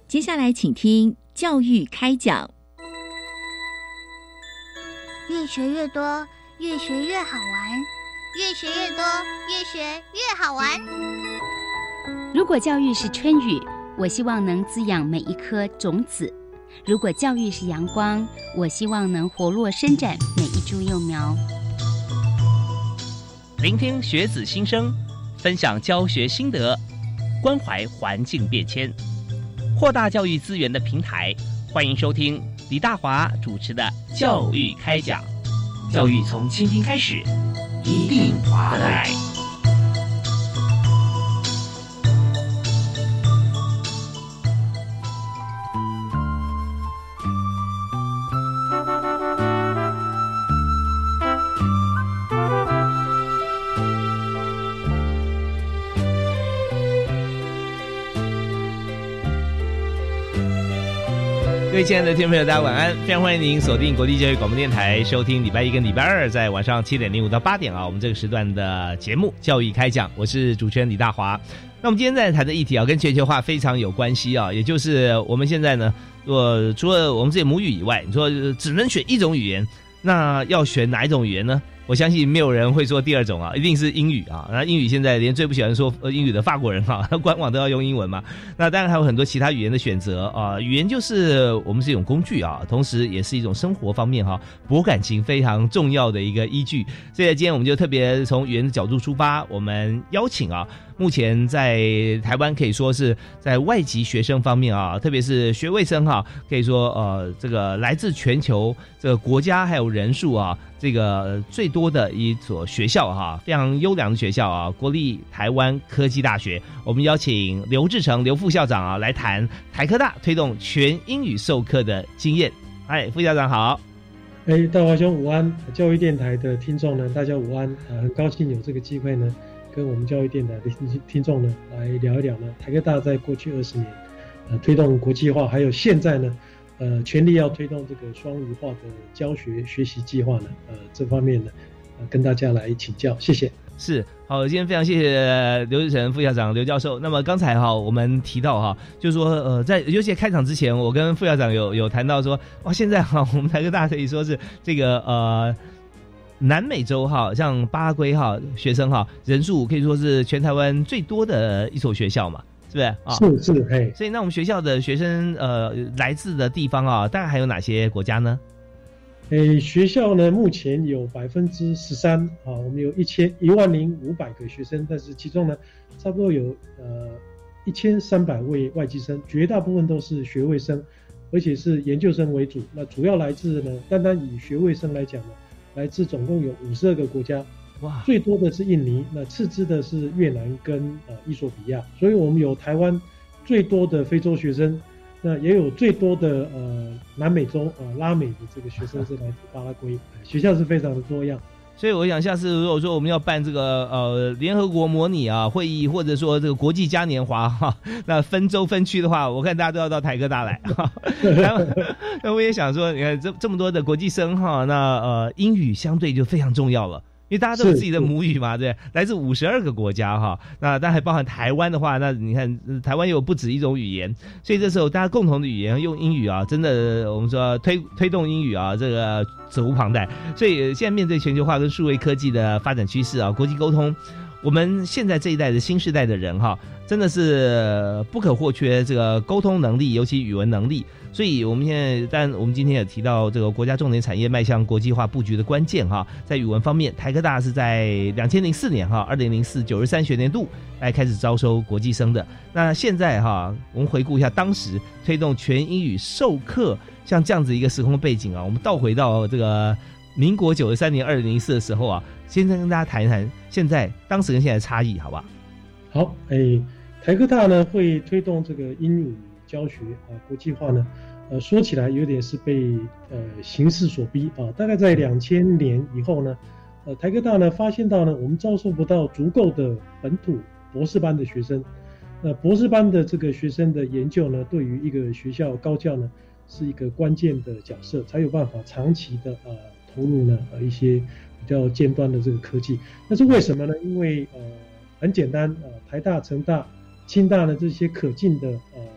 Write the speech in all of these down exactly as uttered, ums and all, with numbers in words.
接下来请听教育开讲。 越学越多，越学越好玩，越学越多，越学越好玩。 如果教育是春雨，我希望能滋养每一颗种子；如果教育是阳光，我希望能活络伸展每一株幼苗。 聆听学子心声，分享教学心得，关怀环境变迁。扩大教育资源的平台，欢迎收听李大华主持的教育开讲。教育从倾听开始，一定华得来。各位亲爱的听众朋友，大家晚安！非常欢迎您锁定国立教育广播电台，收听礼拜一跟礼拜二在晚上七点零五到八点啊，我们这个时段的节目《教育开讲》，我是主持人李大华。那我们今天在谈的议题啊，跟全球化非常有关系啊，也就是我们现在呢，呃，除了我们自己母语以外，你说只能选一种语言，那要选哪一种语言呢？我相信没有人会说第二种啊，一定是英语啊。那英语现在连最不喜欢说英语的法国人哈、啊，官网都要用英文嘛。那当然还有很多其他语言的选择啊。语言就是我们是一种工具啊，同时也是一种生活方面哈、啊，博感情非常重要的一个依据。所以今天我们就特别从语言的角度出发，我们邀请啊，目前在台湾可以说是在外籍学生方面啊，特别是学位生哈、啊，可以说呃这个来自全球这个国家还有人数啊。这个最多的一所学校哈，非常优良的学校啊，国立台湾科技大学。我们邀请刘志成刘副校长啊来谈台科大推动全英语授课的经验。嗨，副校长好。 哎，大华兄午安，教育电台的听众呢，大家午安啊，很高兴有这个机会呢，跟我们教育电台的听众呢来聊一聊呢，台科大在过去二十年呃推动国际化，还有现在呢。呃，全力要推动这个双语化的教学学习计划呢，呃，这方面呢，呃，跟大家来请教，谢谢。 是，好，今天非常谢谢刘志成副校长刘教授。那么刚才哈，我们提到哈，就是说呃，在尤其开场之前，我跟副校长有有谈到说，哇，现在哈，我们台科大可以说是这个呃。南美洲哈，像巴拉圭哈，学生哈人数可以说是全台湾最多的一所学校嘛。是不是啊？ 是是，嘿。 所以那我们学校的学生呃来自的地方啊，大概还有哪些国家呢？ 诶，学校呢目前有百分之十三啊，我们有一千一万零五百个学生，但是其中呢，差不多有呃一千三百位外籍生，绝大部分都是学位生，而且是研究生为主。那主要来自呢，单单以学位生来讲呢，来自总共有五十二个国家。哇，最多的是印尼，那次之的是越南跟呃伊索比亚，所以我们有台湾最多的非洲学生，那也有最多的呃南美洲呃拉美的这个学生是来自巴拉圭，学校是非常的多样。 所以我想，下次如果说我们要办这个呃联合国模拟啊会议，或者说这个国际嘉年华哈，那分州分区的话，我看大家都要到台科大来哈。那我也想说，你看这这么多的国际生哈，那呃英语相对就非常重要了。因为大家都有自己的母语嘛，对，来自五十二个国家哈，那当然还包含台湾的话，那你看台湾有不止一种语言，所以这时候大家共同的语言用英语啊，真的我们说推推动英语啊，这个责无旁贷。所以现在面对全球化跟数位科技的发展趋势啊，国际沟通，我们现在这一代的新世代的人哈，真的是不可或缺这个沟通能力，尤其语文能力。所以我们现在，但我们今天也提到这个国家重点产业迈向国际化布局的关键哈，在语文方面，台科大是在两千零四年哈，二零零四九十三学年度来开始招收国际生的。那现在哈，我们回顾一下当时推动全英语授课，像这样子一个时空背景啊，我们倒回到这个民国九十三年二零零四的时候啊，先跟大家谈一谈现在当时跟现在的差异，好不好？ 好，哎，台科大呢会推动这个英语教学啊国际化呢。呃，说起来有点是被呃形势所逼啊。大概在两千年以后呢，呃，台科大呢发现到呢，我们招收不到足够的本土博士班的学生。那博士班的这个学生的研究呢，对于一个学校高教呢，是一个关键的角色，才有办法长期的呃投入呢呃一些比较尖端的这个科技。那是为什么呢？因为呃很简单，呃，台大、成大、清大呢这些可进的呃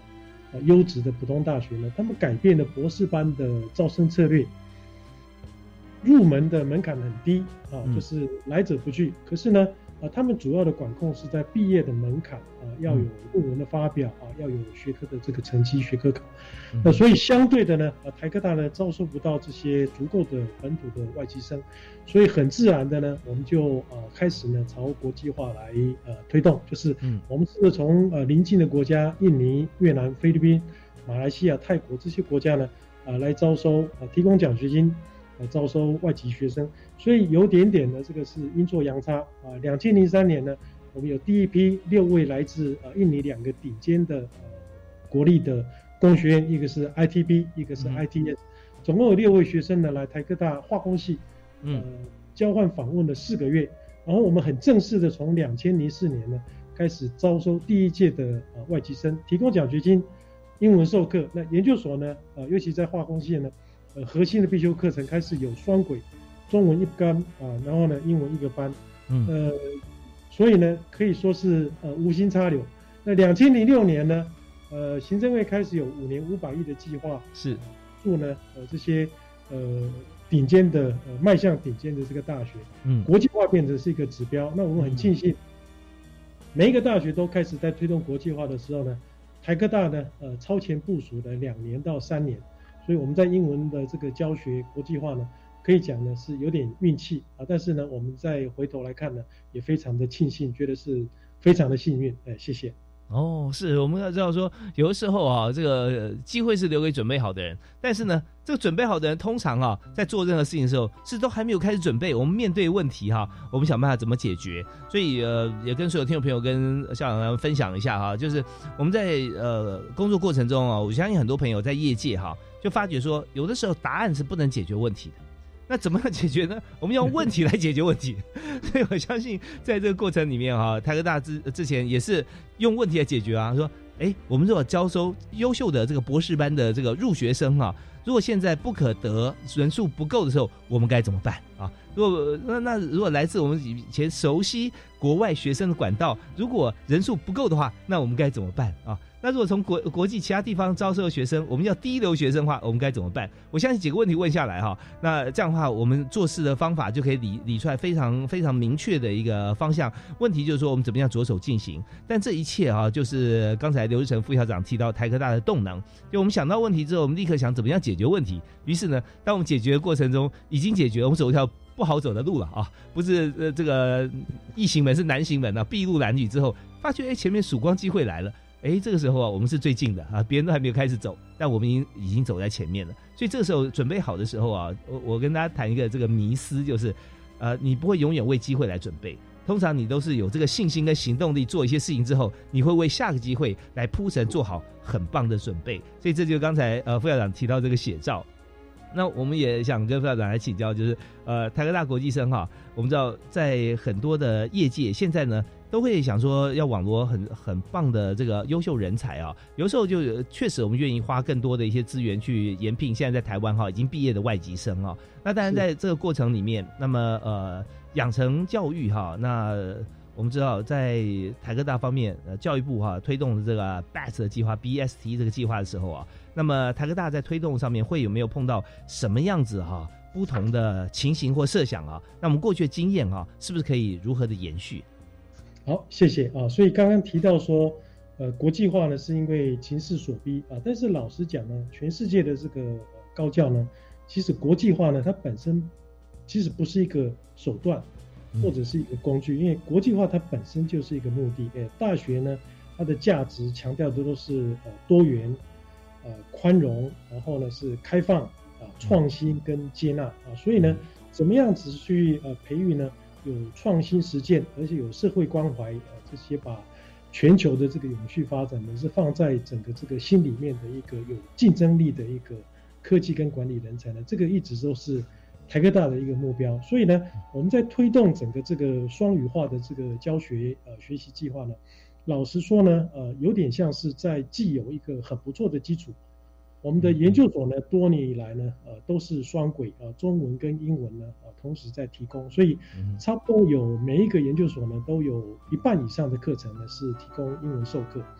呃优质的普通大学呢，他们改变了博士班的招生策略。入门的门槛很低啊，就是来者不拒。可是呢，啊，他们主要的管控是在毕业的门槛啊，要有论文的发表啊，要有学科的这个成绩、学科考。那所以相对的呢，啊，台科大呢招收不到这些足够的本土的外籍生，所以很自然的呢，我们就啊开始呢朝国际化来呃推动，就是我们是从呃邻近的国家，印尼、越南、菲律宾、马来西亚、泰国这些国家呢啊来招收啊提供奖学金。呃，招收外籍学生，所以有点点的这个是阴错阳差啊。两千零三年呢，我们有第一批六位来自呃印尼两个顶尖的呃国立的工学院，一个是 I T B， 一个是 I T S，、嗯、总共有六位学生呢来台科大化工系，呃交换访问了四个月，然后我们很正式的从两千零四年呢开始招收第一届的呃外籍生，提供奖学金、英文授课。那研究所呢，呃尤其在化工系呢。呃，核心的必修课程开始有双轨，中文一班啊，然后呢，英文一个班，嗯，呃，所以呢，可以说是呃无心插柳。那两千零六年呢，呃，行政院开始有五年五百亿的计划， 是助呢呃这些呃顶尖的呃迈向顶尖的这个大学，嗯，国际化变成是一个指标。那我们很庆幸，每一个大学都开始在推动国际化的时候呢，台科大呢呃超前部署的两年到三年。所以我们在英文的这个教学国际化呢，可以讲呢是有点运气啊，但是呢，我们再回头来看呢，也非常的庆幸，觉得是非常的幸运。哎，谢谢。 哦，是我们要知道说，有的时候啊，这个机会是留给准备好的人，但是呢，这个准备好的人通常啊，在做任何事情的时候，是都还没有开始准备。我们面对问题哈、啊，我们想办法怎么解决。所以呃，也跟所有听众朋友跟校长分享一下哈、啊，就是我们在呃工作过程中啊，我相信很多朋友在业界哈、啊。就发觉说，有的时候答案是不能解决问题的，那怎么样解决呢？我们要用问题来解决问题。所以我相信，在这个过程里面哈、啊，台科大之之前也是用问题来解决啊。说，哎，我们如果招收优秀的这个博士班的这个入学生啊，如果现在不可得，人数不够的时候，我们该怎么办啊？如果那那如果来自我们以前熟悉国外学生的管道，如果人数不够的话，那我们该怎么办啊？那如果从国国际其他地方招收的学生，我们要第一流学生的话，我们该怎么办？我相信几个问题问下来哈，那这样的话，我们做事的方法就可以理理出来非常非常明确的一个方向。问题就是说，我们怎么样着手进行？但这一切啊，就是刚才刘志成副校长提到台科大的动能，就我们想到问题之后，我们立刻想怎么样解决问题。于是呢，当我们解决的过程中已经解决，我们走一条不好走的路了啊，不是呃这个异行门是南行门啊，筚路蓝缕之后，发觉哎前面曙光机会来了。哎，这个时候啊，我们是最近的啊，别人都还没有开始走，但我们已经已经走在前面了。所以这个时候准备好的时候啊，我我跟大家谈一个这个迷思，就是呃，你不会永远为机会来准备，通常你都是有这个信心跟行动力，做一些事情之后，你会为下个机会来铺陈，做好很棒的准备。所以这就是刚才呃副校长提到这个写照。那我们也想跟副校长来请教，就是呃台科大国际生哈，我们知道在很多的业界现在呢。都会想说要网罗很很棒的这个优秀人才啊，有时候就确实我们愿意花更多的一些资源去研聘现在在台湾哈已经毕业的外籍生啊。那当然在这个过程里面，那么呃养成教育哈，那我们知道在台科大方面，呃教育部哈推动这个 B A S 的计划 B S T 这个计划的时候啊，那么台科大在推动上面会有没有碰到什么样子哈不同的情形或设想啊？那我们过去的经验啊，是不是可以如何的延续？ 好，谢谢啊。所以刚刚提到说，呃，国际化呢是因为情势所逼啊。但是老实讲呢，全世界的这个高教呢，其实国际化呢，它本身其实不是一个手段，或者是一个工具，因为国际化它本身就是一个目的。呃，大学呢，它的价值强调的都是呃多元、呃宽容，然后呢是开放啊、创新跟接纳啊。所以呢，怎么样子去呃培育呢？有创新实践，而且有社会关怀，呃，这些把全球的这个永续发展呢，是放在整个这个心里面的一个有竞争力的一个科技跟管理人才呢，这个一直都是台科大的一个目标。所以呢，我们在推动整个这个双语化的这个教学呃学习计划呢，老实说呢，呃，有点像是在既有一个很不错的基础。我们的研究所呢，多年以来呢，呃，都是双轨，呃，中文跟英文呢，呃，同时在提供，所以差不多有每一个研究所呢，都有一半以上的课程呢是提供英文授课，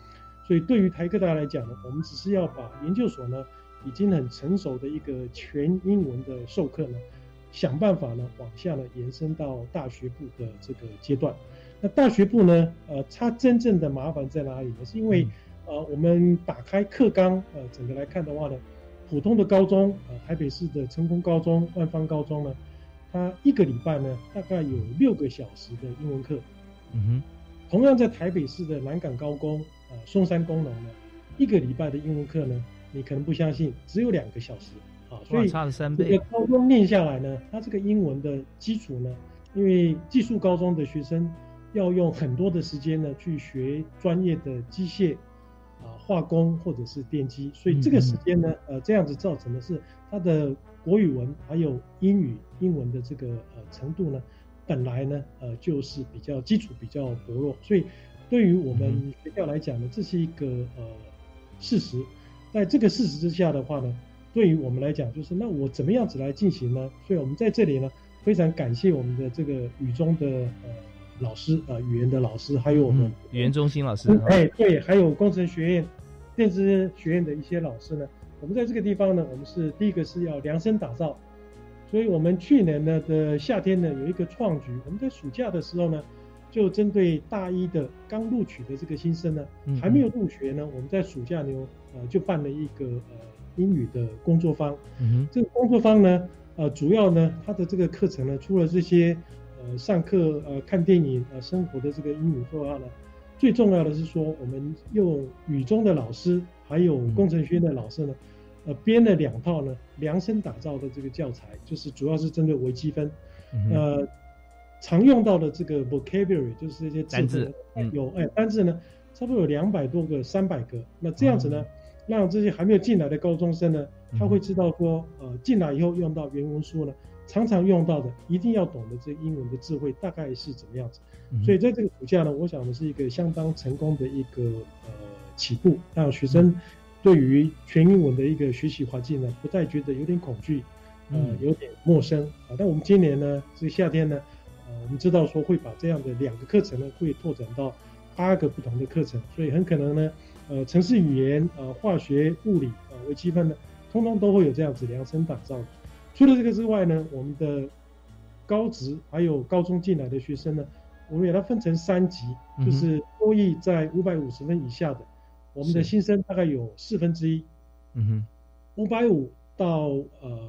所以对于台科大来讲呢，我们只是要把研究所呢已经很成熟的一个全英文的授课呢，想办法呢往下呢延伸到大学部的这个阶段。那大学部呢，呃，它真正的麻烦在哪里呢？是因为呃，我们打开课纲，呃，整个来看的话呢，普通的高中，呃，台北市的成功高中、万芳高中呢，它一个礼拜呢大概有六个小时的英文课。 嗯哼。 同样在台北市的南港高工、呃松山工农呢，一个礼拜的英文课呢，你可能不相信，只有两个小时啊，所以差了三倍。 高中念下来呢，它这个英文的基础呢，因为技术高中的学生要用很多的时间呢去学专业的机械啊、化工或者是电机，所以这个时间呢，呃，这样子造成的是它的国语文还有英语英文的这个呃程度呢。本来呢，呃，就是比较基础比较薄弱，所以对于我们学校来讲呢，这是一个呃事实。在这个事实之下的话呢，对于我们来讲，就是那我怎么样子来进行呢？所以我们在这里呢，非常感谢我们的这个语中的呃老师呃语言的老师，还有我们、嗯、 语言中心老师， 哎对，还有工程学院、电子学院的一些老师呢，我们在这个地方呢，我们是第一个是要量身打造。所以我们去年呢的夏天呢有一个创举，我们在暑假的时候呢，就针对大一的刚录取的这个新生呢，还没有入学呢，我们在暑假呢呃就办了一个呃英语的工作坊。嗯、这个工作坊呢，呃主要呢它的这个课程呢，除了这些呃上课呃看电影呃生活的这个英语之外呢，最重要的是说我们用语中的老师还有工程学院的老师呢。呃，编了两套呢量身打造的这个教材，就是主要是针对微积分，嗯、呃，常用到的这个 vocabulary 就是这些单字， 嗯、有哎单字呢，差不多有两百多个、三百个。那这样子呢，嗯、让这些还没有进来的高中生呢，他会知道说，呃，进来以后用到原文书呢，常常用到的，一定要懂得这英文的智慧大概是怎么样子。嗯、所以在这个暑假呢，我想的是一个相当成功的一个呃起步，让学生。对于全英文的一个学习环境呢，不再觉得有点恐惧，呃，有点陌生啊。但我们今年呢，这个夏天呢，呃，我们知道说会把这样的两个课程呢，会拓展到八个不同的课程，所以很可能呢，呃，程式语言、呃，化学、物理、呃，微积分呢，通通都会有这样子量身打造的。除了这个之外呢，我们的高职还有高中进来的学生呢，我们给它分成三级，就是多益在五百五十分以下的。我们的新生大概有四分之一，嗯哼，五百五到呃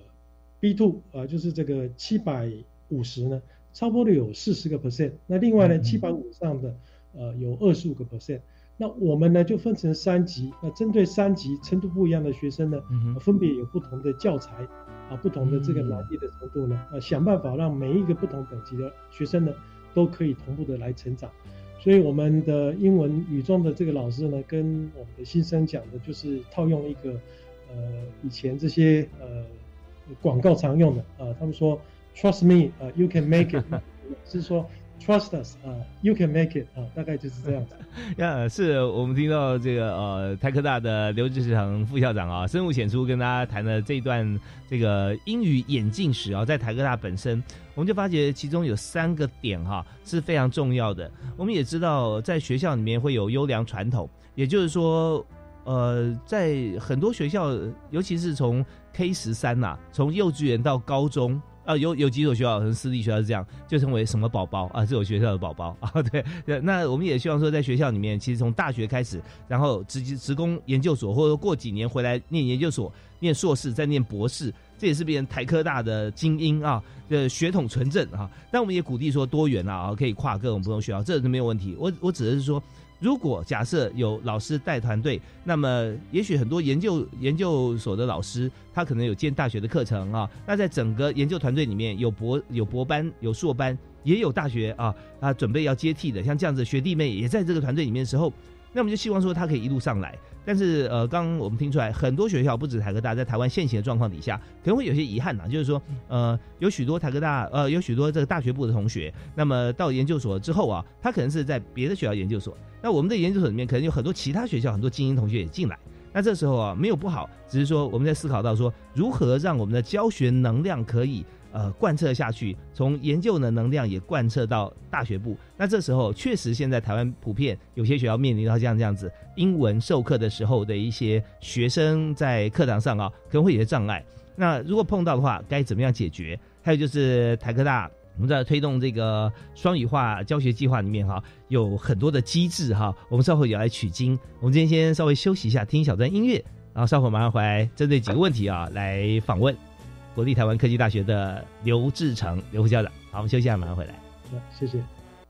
B 二 呃就是这个七百五十呢，差不多有四十个 percent。那另外呢，七百五以上的呃有二十五个 percent。那我们呢就分成三级，那针对三级程度不一样的学生呢，嗯呃、分别有不同的教材啊，不同的这个难易的程度呢，呃想办法让每一个不同等级的学生呢，都可以同步的来成长。所以我们的英文语中的这个老师呢，跟我们的新生讲的就是套用一个呃以前这些呃广告常用的啊、呃，他们说 trust me 啊、呃、，you can make it 是说 trust us 啊、呃、，you can make it 啊、呃，大概就是这样子。 呀，是我们听到这个呃台科大的刘志成副校长啊，深入浅出跟大家谈了这一段这个英语演进史啊，在台科大本身。我们就发觉其中有三个点哈是非常重要的。我们也知道在学校里面会有优良传统，也就是说呃在很多学校，尤其是从 K 十三 呐，从幼稚园到高中啊，有有几所学校，可能私立学校是这样，就成为什么宝宝啊，这种学校的宝宝啊，对。那我们也希望说，在学校里面，其实从大学开始，然后直职工研究所，或者说过几年回来念研究所、念硕士，再念博士，这也是变成台科大的精英啊，的血统纯正啊。但我们也鼓励说多元啊，可以跨各种不同学校，这是没有问题。我我指的是说，如果假设有老师带团队，那么也许很多研究研究所的老师，他可能有兼大学的课程啊。那在整个研究团队里面，有博有博班，有硕班，也有大学啊，他准备要接替的，像这样子学弟妹也在这个团队里面的时候，那我们就希望说他可以一路上来。但是呃，刚刚我们听出来，很多学校不止台科大，在台湾现行的状况底下，可能会有些遗憾呐、啊，就是说呃，有许多台科大呃，有许多这个大学部的同学，那么到研究所之后啊，他可能是在别的学校研究所。那我们的研究所里面可能有很多其他学校很多精英同学也进来，那这时候啊没有不好，只是说我们在思考到说如何让我们的教学能量可以呃贯彻下去，从研究的能量也贯彻到大学部。那这时候确实现在台湾普遍有些学校面临到这样这样子英文授课的时候的一些学生在课堂上啊可能会有些障碍。那如果碰到的话，该怎么样解决？还有就是台科大我们在推动这个双语化教学计划里面哈，有很多的机制哈，我们稍后也来取经。我们今天先稍微休息一下，听一小段音乐，然后稍后马上回来，针对几个问题啊来访问国立台湾科技大学的刘志成刘副校长。好，我们休息一下，马上回来。 好，谢谢。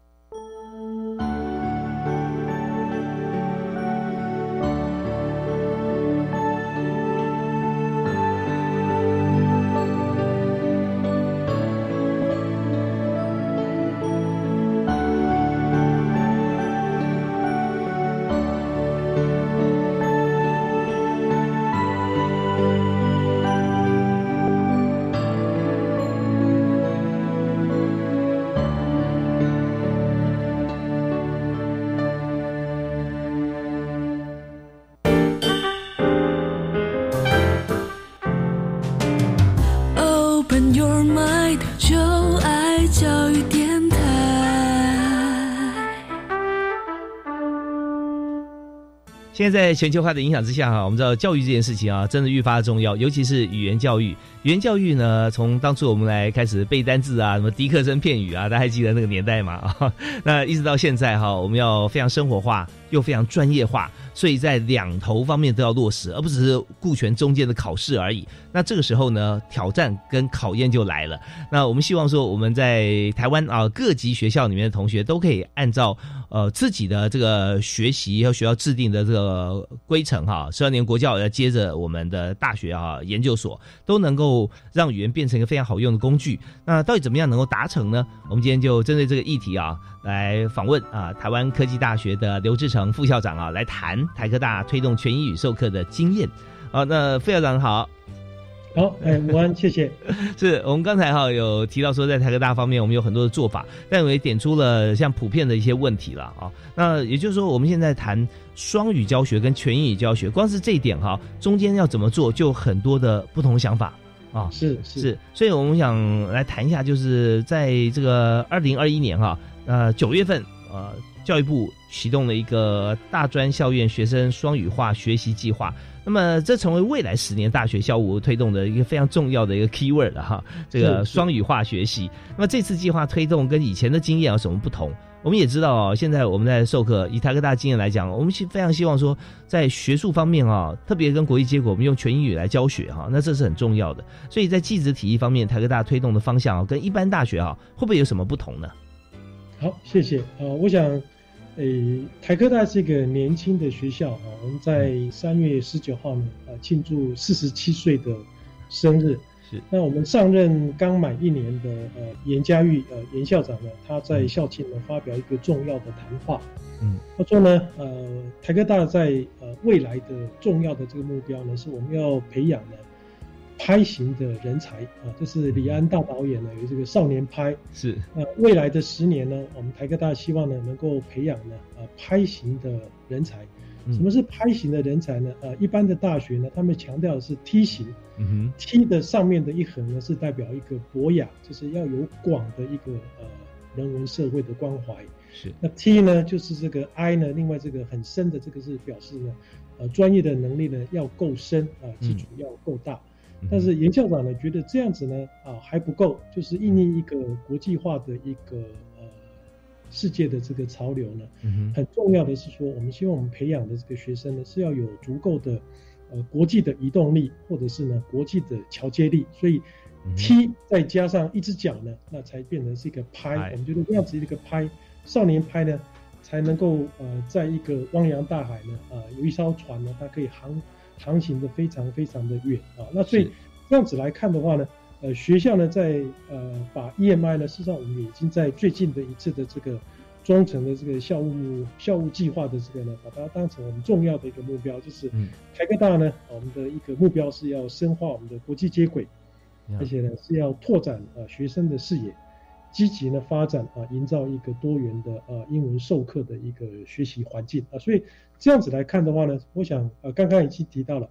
现在在全球化的影响之下哈，我们知道教育这件事情啊，真的愈发重要，尤其是语言教育。语言教育呢，从当初我们来开始背单字啊，什么迪克森片语啊，大家还记得那个年代嘛？啊，那一直到现在哈，我们要非常生活化又非常专业化，所以在两头方面都要落实，而不只是顾全中间的考试而已。那这个时候呢，挑战跟考验就来了。那我们希望说，我们在台湾啊各级学校里面的同学都可以按照呃自己的这个学习和学校制定的这个规程哈，十二年国教要接着我们的大学啊研究所，都能够让语言变成一个非常好用的工具。那到底怎么样能够达成呢？我们今天就针对这个议题啊，来访问啊台湾科技大学的刘志成副校长啊，来谈台科大推动全英语授课的经验。好，那副校长好。 好，哎，午安，谢谢。 是我们刚才哈有提到说，在台科大方面，我们有很多的做法，但我也点出了像普遍的一些问题了啊。那也就是说，我们现在谈双语教学跟全英语教学，光是这一点哈，中间要怎么做，就有很多的不同想法啊。 是是是，所以我们想来谈一下，就是在这个二零二一年哈，呃九月份，呃教育部启动了一个大专校院学生双语化学习计划。那么这成为未来十年大学校务推动的一个非常重要的一个 keyword 了哈，这个双语化学习。那么这次计划推动跟以前的经验有什么不同？我们也知道哦，现在我们在授课，以台科大经验来讲，我们非常希望说，在学术方面啊，特别跟国际接轨，我们用全英语来教学哈，那这是很重要的。所以在技职体系方面，台科大推动的方向啊，跟一般大学啊，会不会有什么不同呢？ 好，谢谢啊、呃，我想。诶，台科大是一个年轻的学校啊，我们在三月十九号呢，呃，庆祝四十七岁的生日。 是。那我们上任刚满一年的呃严家玉呃严校长呢，他在校庆呢发表一个重要的谈话。嗯。他说呢，呃，台科大在呃未来的重要的这个目标呢，是我们要培养呢拍型的人才啊，这是李安大导演呢有这个少年拍是。 呃，未来的十年呢，我们台科大希望呢能够培养呢呃拍型的人才。什么是拍型的人才呢？呃，一般的大学呢，他们强调的是梯形。嗯哼。T 的上面的一横呢是代表一个博雅，就是要有广的一个呃人文社会的关怀。 是。那 T 呢就是这个 I 呢，另外这个很深的这个是表示呢，呃专业的能力呢要够深啊、呃，基础要够大。嗯，但是严校长呢觉得这样子呢啊还不够，就是因应一个国际化的一个呃世界的这个潮流呢，嗯，很重要的是说，我们希望我们培养的这个学生呢是要有足够的呃国际的移动力，或者是呢国际的桥接力，所以 T 再加上一只脚呢，那才变成是一个拍。我们觉得这样子一个拍，少年拍呢才能够呃在一个汪洋大海呢啊、呃、有一艘船呢，它可以航。航行的非常非常的远啊，那所以这样子来看的话呢，呃，学校呢在呃把 E M I 呢，事实上我们已经在最近的一次的这个中层的这个校务校务计划的这个呢，把它当成我们重要的一个目标，就是台科大呢，我们的一个目标是要深化我们的国际接轨，而且呢是要拓展呃学生的视野，积极呢发展啊，营造一个多元的呃英文授课的一个学习环境啊，所以这样子来看的话呢，我想呃刚刚已经提到了，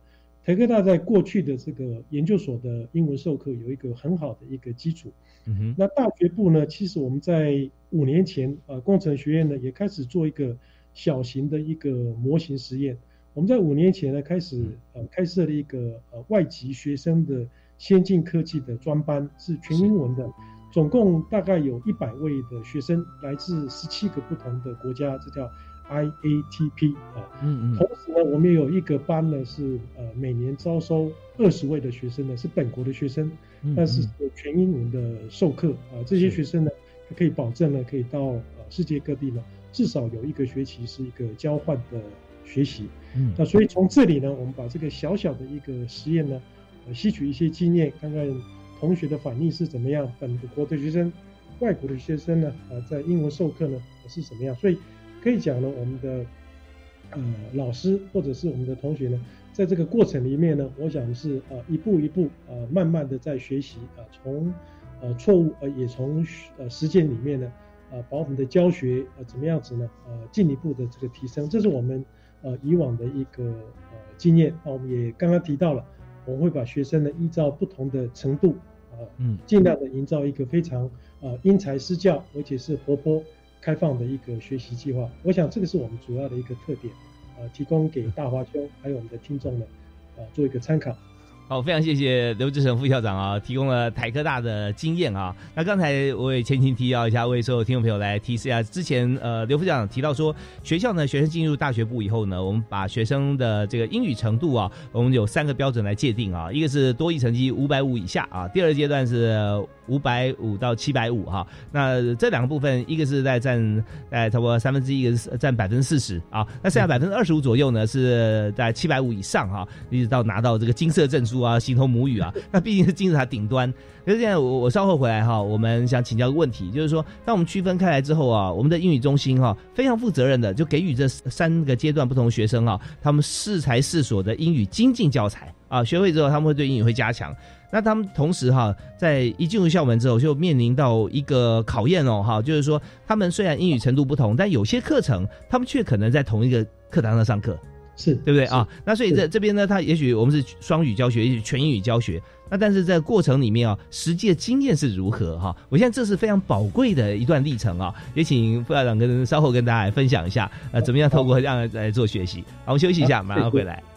台科大在过去的这个研究所的英文授课有一个很好的一个基础。 嗯哼， 那大学部呢，其实我们在五年前，呃，工程学院呢也开始做一个小型的一个模型实验。我们在五年前呢开始呃开设了一个呃外籍学生的先进科技的专班，是全英文的，总共大概有一百位的学生，来自十七个不同的国家，这叫 I A T P 啊。 嗯嗯， 同时呢，我们也有一个班呢是呃每年招收二十位的学生呢，是本国的学生。但是全英文的授课啊，这些学生呢，可以保证呢，可以到呃世界各地呢，至少有一个学期是一个交换的学习。嗯，那所以从这里呢，我们把这个小小的一个实验呢，呃，吸取一些经验，看看同学的反应是怎么样，本国的学生、外国的学生呢，呃，在英文授课呢是怎么样。所以可以讲呢，我们的呃老师或者是我们的同学呢。在这个过程里面呢，我想是呃一步一步呃慢慢的在学习啊、呃，从呃错误呃也从呃实践里面呢呃把我们的教学呃怎么样子呢呃进一步的这个提升，这是我们呃以往的一个呃经验。那我们也刚刚提到了，我们会把学生呢依照不同的程度呃嗯尽量的营造一个非常呃因材施教而且是活泼开放的一个学习计划。我想这个是我们主要的一个特点。呃，提供给大华兄还有我们的听众呢，呃，做一个参考。 好，非常谢谢刘志成副校长啊，提供了台科大的经验啊。那刚才我也前情提要一下，为所有听众朋友来提示一下。之前呃，刘副校长提到说，学校呢，学生进入大学部以后呢，我们把学生的这个英语程度啊，我们有三个标准来界定啊，一个是多益成绩五百五以下啊，第二阶段是五百五到七百五哈。那这两个部分，一个是在占在差不多三分之一，一个是占百分之四十啊。那剩下百分之二十五左右呢，是在七百五以上哈，一直到拿到这个金色证书啊，形同母语啊，那毕竟是金字塔顶端。可是现在我我稍后回来哈，我们想请教个问题，就是说，当我们区分开来之后啊，我们的英语中心哈非常负责任的就给予这三个阶段不同的学生啊，他们适才适所的英语精进教材啊，学会之后他们会对英语会加强。那他们同时哈，在一进入校门之后就面临到一个考验哦哈，就是说他们虽然英语程度不同，但有些课程他们却可能在同一个课堂上上课。 是对不对啊？那所以这这边呢，它也许我们是双语教学，也许全英语教学。那但是在过程里面啊，实际的经验是如何哈？我现在这是非常宝贵的一段历程啊，也请副校长跟稍后跟大家来分享一下，呃，怎么样透过这样来做学习。好，我们休息一下，马上回来。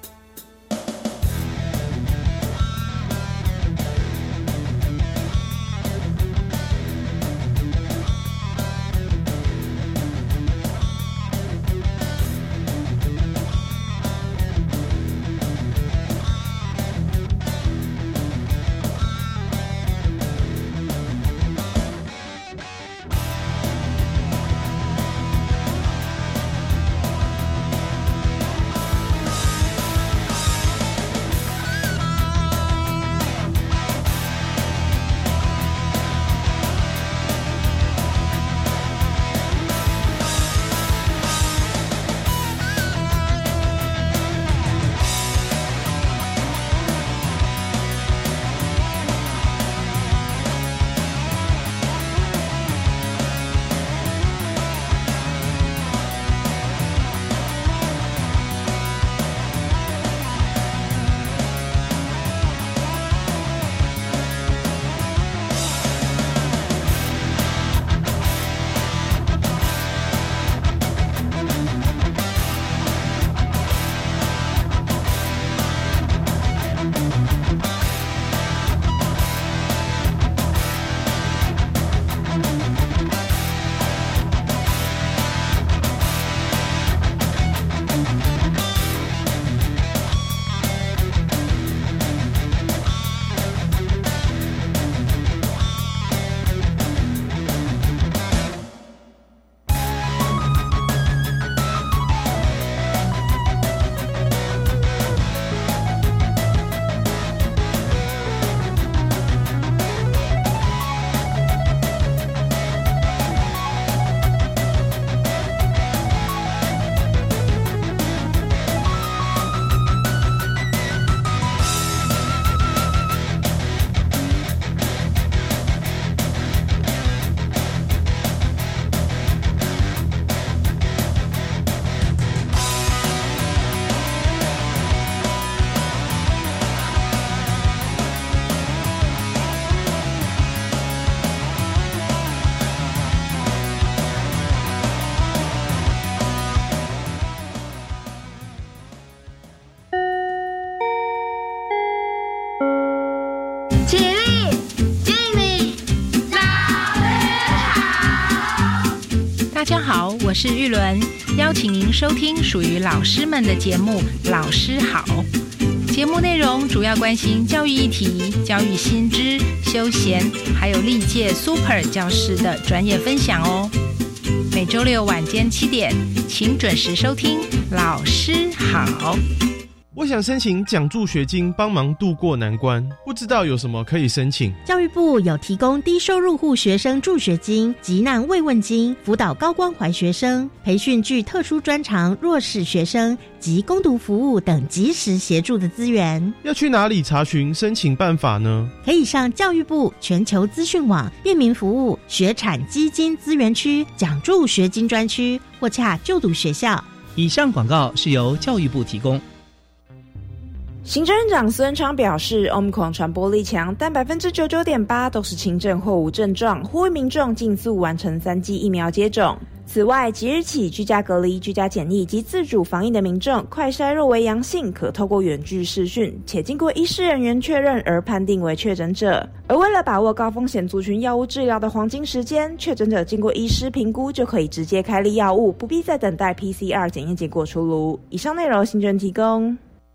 好，我是玉伦，邀请您收听属于老师们的节目《老师好》。节目内容主要关心教育议题、教育新知、休闲，还有历届 Super 教师的专业分享哦。每周六晚间七点，请准时收听《老师好》。 我想申请奖助学金，帮忙度过难关，不知道有什么可以申请。 教育部有提供低收入户学生助学金、急难慰问金，辅导高关怀学生，培训具特殊专长弱势学生及攻读服务等及时协助的资源。 要去哪里查询申请办法呢？ 可以上教育部全球资讯网便民服务学产基金资源区奖助学金专区，或洽就读学校。 以上广告是由教育部提供。 行政院长苏贞昌表示 Omicron 传播力强，但 百分之九十九点八 都是轻症或无症状，呼吁民众尽速完成三剂疫苗接种。此外，即日起居家隔离、居家检疫及自主防疫的民众，快筛若为阳性，可透过远距视讯，且经过医师人员确认而判定为确诊者。而为了把握高风险族群药物治疗的黄金时间，确诊者经过医师评估就可以直接开立药物，不必再等待 P C R 检验结果出炉。以上内容行政提供。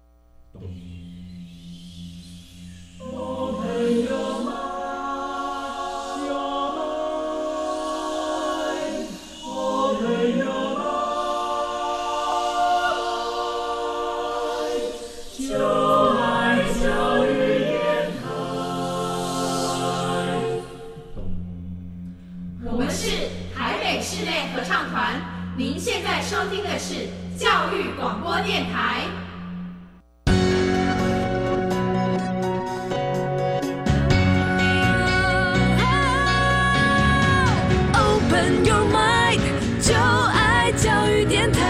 我们是台北室内合唱团，您现在收听的是教育广播电台。Open your mind， 就爱教育电台。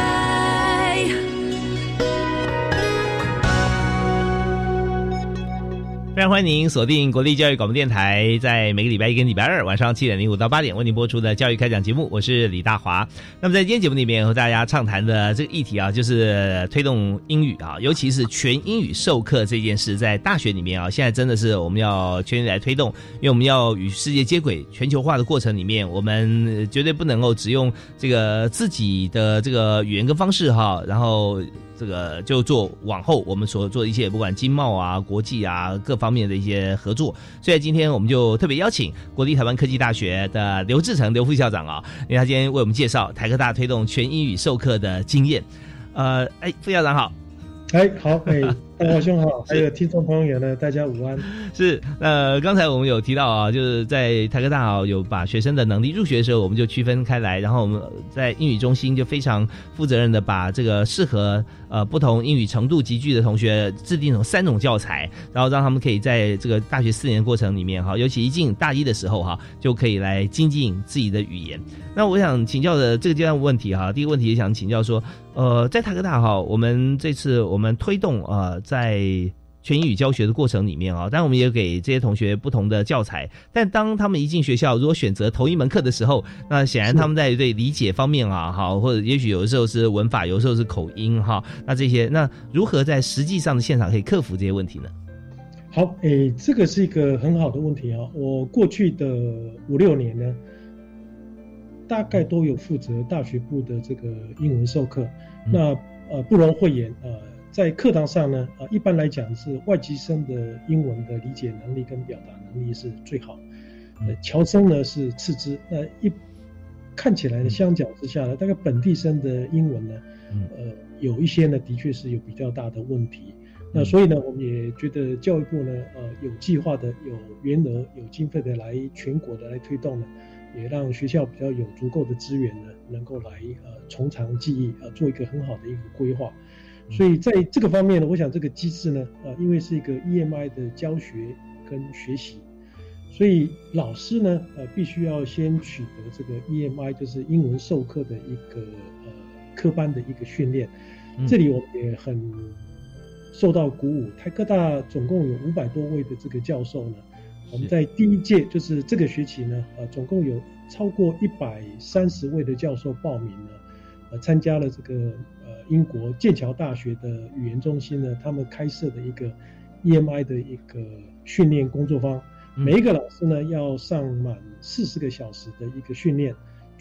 非常欢迎您锁定国立教育广播电台，在每个礼拜一跟礼拜二晚上七点零五到八点为您播出的教育开讲节目，我是李大华。那么在今天节目里面和大家畅谈的这个议题啊，就是推动英语啊，尤其是全英语授课这件事，在大学里面啊，现在真的是我们要全力来推动，因为我们要与世界接轨，全球化的过程里面，我们绝对不能够只用这个自己的这个语言跟方式哈，然后这个就做往后我们所做的一切，不管经贸啊、国际啊各方面的一些合作。所以今天我们就特别邀请国立台湾科技大学的刘志成刘副校长啊，因为他今天为我们介绍台科大推动全英语授课的经验。呃，哎，副校长好。 哎，好，哎，大华兄好，还有听众朋友呢，大家午安。 是，呃，刚才我们有提到啊，就是在台科大啊，有把学生的能力入学的时候，我们就区分开来，然后我们在英语中心就非常负责任的把这个适合呃不同英语程度集聚的同学制定成三种教材，然后让他们可以在这个大学四年的过程里面哈，尤其一进大一的时候哈，就可以来精进自己的语言。那我想请教的这个阶段问题哈，第一个问题也想请教说，呃，在台科大哈，我们这次我们推动呃在全英语教学的过程里面啊，当然我们也给这些同学不同的教材，但当他们一进学校，如果选择同一门课的时候，那显然他们在对理解方面啊，哈，或者也许有的时候是文法，有的时候是口音哈，那这些那如何在实际上的现场可以克服这些问题呢？ 好，诶，这个是一个很好的问题啊。我过去的五六年呢，大概都有负责大学部的这个英文授课，嗯、那呃不容讳言，呃。在课堂上呢，呃，一般来讲是外籍生的英文的理解能力跟表达能力是最好，呃，侨生呢是次之。那一看起来呢，相较之下呢，大概本地生的英文呢，呃，有一些呢的确是有比较大的问题。那所以呢，我们也觉得教育部呢，呃，有计划的、有员额、有经费的来全国的来推动呢，也让学校比较有足够的资源呢，能够来呃从长计议，呃，做一个很好的一个规划。所以在这个方面呢，我想这个机制呢，呃，因为是一个 E M I 的教学跟学习，所以老师呢，呃，必须要先取得这个 E M I， 就是英文授课的一个呃科班的一个训练。这里我们也很受到鼓舞，台科大总共有五百多位的这个教授呢，我们在第一届就是这个学期呢，呃，总共有超过一百三十位的教授报名呢，呃，参加了这个。英国剑桥大学的语言中心呢，他们开设的一个 E M I 的一个训练工作坊，每一个老师呢要上满四十个小时的一个训练，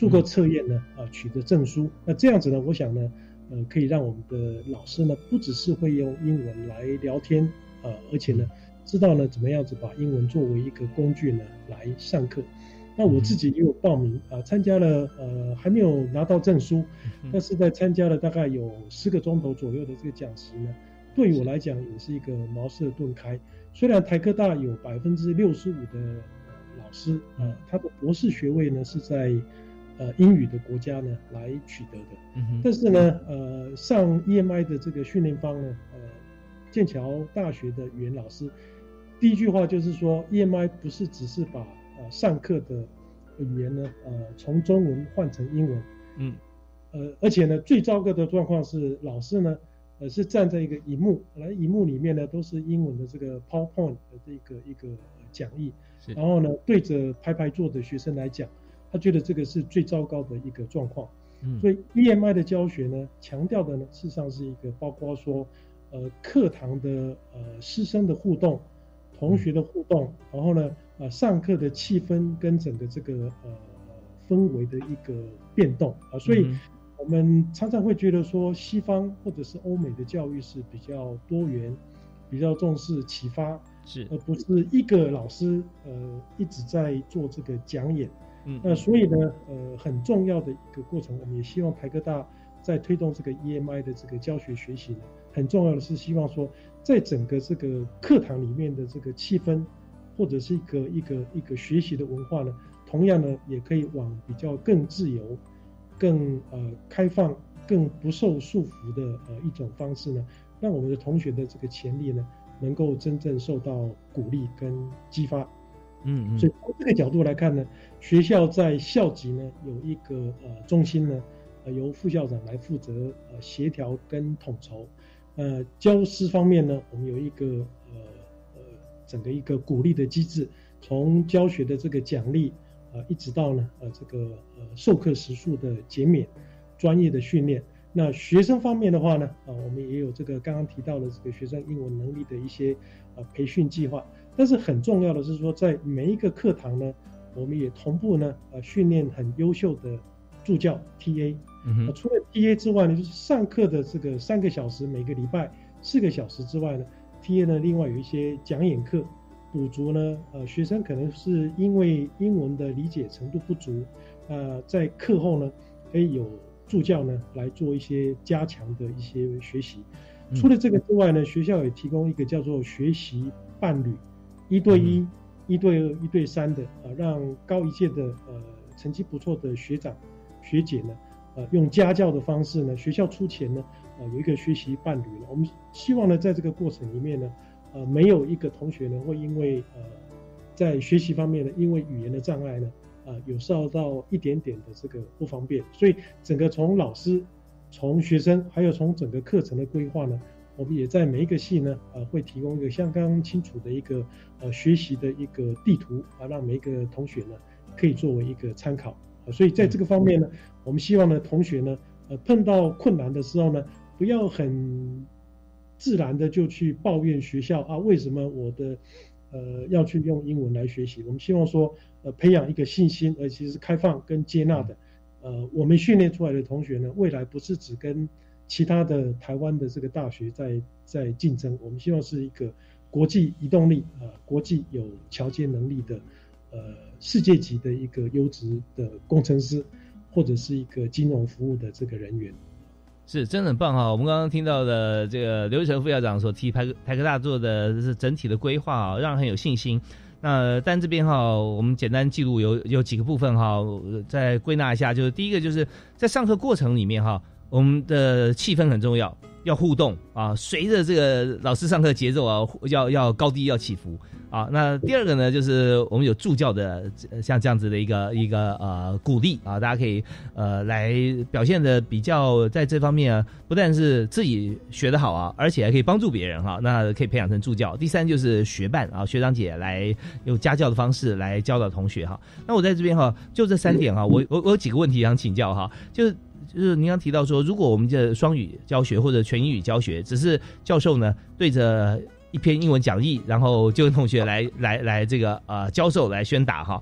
做过测验呢，啊，取得证书。那这样子呢，我想呢，呃，可以让我们的老师呢，不只是会用英文来聊天，啊，而且呢，知道呢怎么样子把英文作为一个工具呢来上课。那我自己也有报名啊，参加了，呃，还没有拿到证书，但是在参加了大概有十个钟头左右的这个讲习呢，对于我来讲也是一个茅塞顿开。虽然台科大有百分之六十五的老师，呃，他的博士学位呢是在呃英语的国家呢来取得的，嗯、但是呢，呃，上 E M I 的这个训练方呢，呃，剑桥大学的语言老师，第一句话就是说 ，E M I 不是只是把呃上课的语言呢，呃，从中文换成英文，嗯，呃，而且呢，最糟糕的状况是老师呢。呃，是站在一个荧幕，来荧幕里面呢都是英文的这个 PowerPoint 的这个一个讲义，然后呢对着排排坐的学生来讲，他觉得这个是最糟糕的一个状况。嗯，所以 E M I 的教学呢，强调的呢事实上是一个包括说，呃，课堂的呃师生的互动，同学的互动，然后呢呃上课的气氛跟整个这个呃氛围的一个变动啊，所以。嗯我们常常会觉得说，西方或者是欧美的教育是比较多元，比较重视启发，是而不是一个老师呃一直在做这个讲演。嗯，那所以呢，呃，很重要的一个过程，我们也希望台科大在推动这个 E M I 的这个教学学习呢，很重要的是希望说，在整个这个课堂里面的这个气氛，或者是一个一个一个学习的文化呢，同样呢，也可以往比较更自由。更呃开放、更不受束缚的呃一种方式呢，让我们的同学的这个潜力呢，能够真正受到鼓励跟激发。嗯嗯。所以从这个角度来看呢，学校在校级呢有一个呃中心呢，呃由副校长来负责呃协调跟统筹。呃，教师方面呢，我们有一个呃呃整个一个鼓励的机制，从教学的这个奖励。呃，一直到呢，呃，这个呃授课时数的减免，专业的训练。那学生方面的话呢，啊、呃，我们也有这个刚刚提到的这个学生英文能力的一些呃培训计划。但是很重要的是说，在每一个课堂呢，我们也同步呢，呃，训练很优秀的助教 T A。嗯、呃、除了 T A 之外呢，就是上课的这个三个小时，每个礼拜四个小时之外呢 ，T A 呢另外有一些讲演课。补足呢，呃，学生可能是因为英文的理解程度不足，呃，在课后呢，可以有助教呢来做一些加强的一些学习。除了这个之外呢，学校也提供一个叫做学习伴侣，一对一、嗯、一对二、一对三的，呃，让高一届的呃成绩不错的学长学姐呢，呃，用家教的方式呢，学校出钱呢，呃，有一个学习伴侣呢。我们希望呢，在这个过程里面呢。呃，没有一个同学呢会因为呃在学习方面呢，因为语言的障碍呢，呃有受到一点点的这个不方便，所以整个从老师、从学生，还有从整个课程的规划呢，我们也在每一个系呢，呃会提供一个相当清楚的一个呃学习的一个地图啊，让每一个同学呢可以作为一个参考。呃、所以在这个方面呢，我们希望呢同学呢，呃碰到困难的时候呢，不要很自然的就去抱怨学校啊，为什么我的呃要去用英文来学习？我们希望说，呃，培养一个信心，而且是开放跟接纳的。呃，我们训练出来的同学呢，未来不是只跟其他的台湾的这个大学在在竞争，我们希望是一个国际移动力啊、呃，国际有桥接能力的，呃，世界级的一个优质的工程师，或者是一个金融服务的这个人员。 是真的很棒哈！我们刚刚听到的这个刘一成副校长所替台台科大做的是整体的规划啊，让人很有信心。那但这边哈，我们简单记录有有几个部分哈，再归纳一下，就是第一个就是在上课过程里面哈，我们的气氛很重要，要互动啊，随着这个老师上课节奏啊，要要高低要起伏啊。那第二个呢，就是我们有助教的像这样子的一个一个呃鼓励啊，大家可以呃来表现的比较在这方面啊，不但是自己学得好啊，而且还可以帮助别人哈、啊，那可以培养成助教。第三就是学伴啊，学长姐来用家教的方式来教导同学哈。那我在这边哈，就这三点哈，我我我有几个问题想请教哈，就是。就是您刚提到说，如果我们的双语教学或者全英语教学，只是教授呢对着一篇英文讲义，然后就跟同学来来来这个呃教授来宣达哈，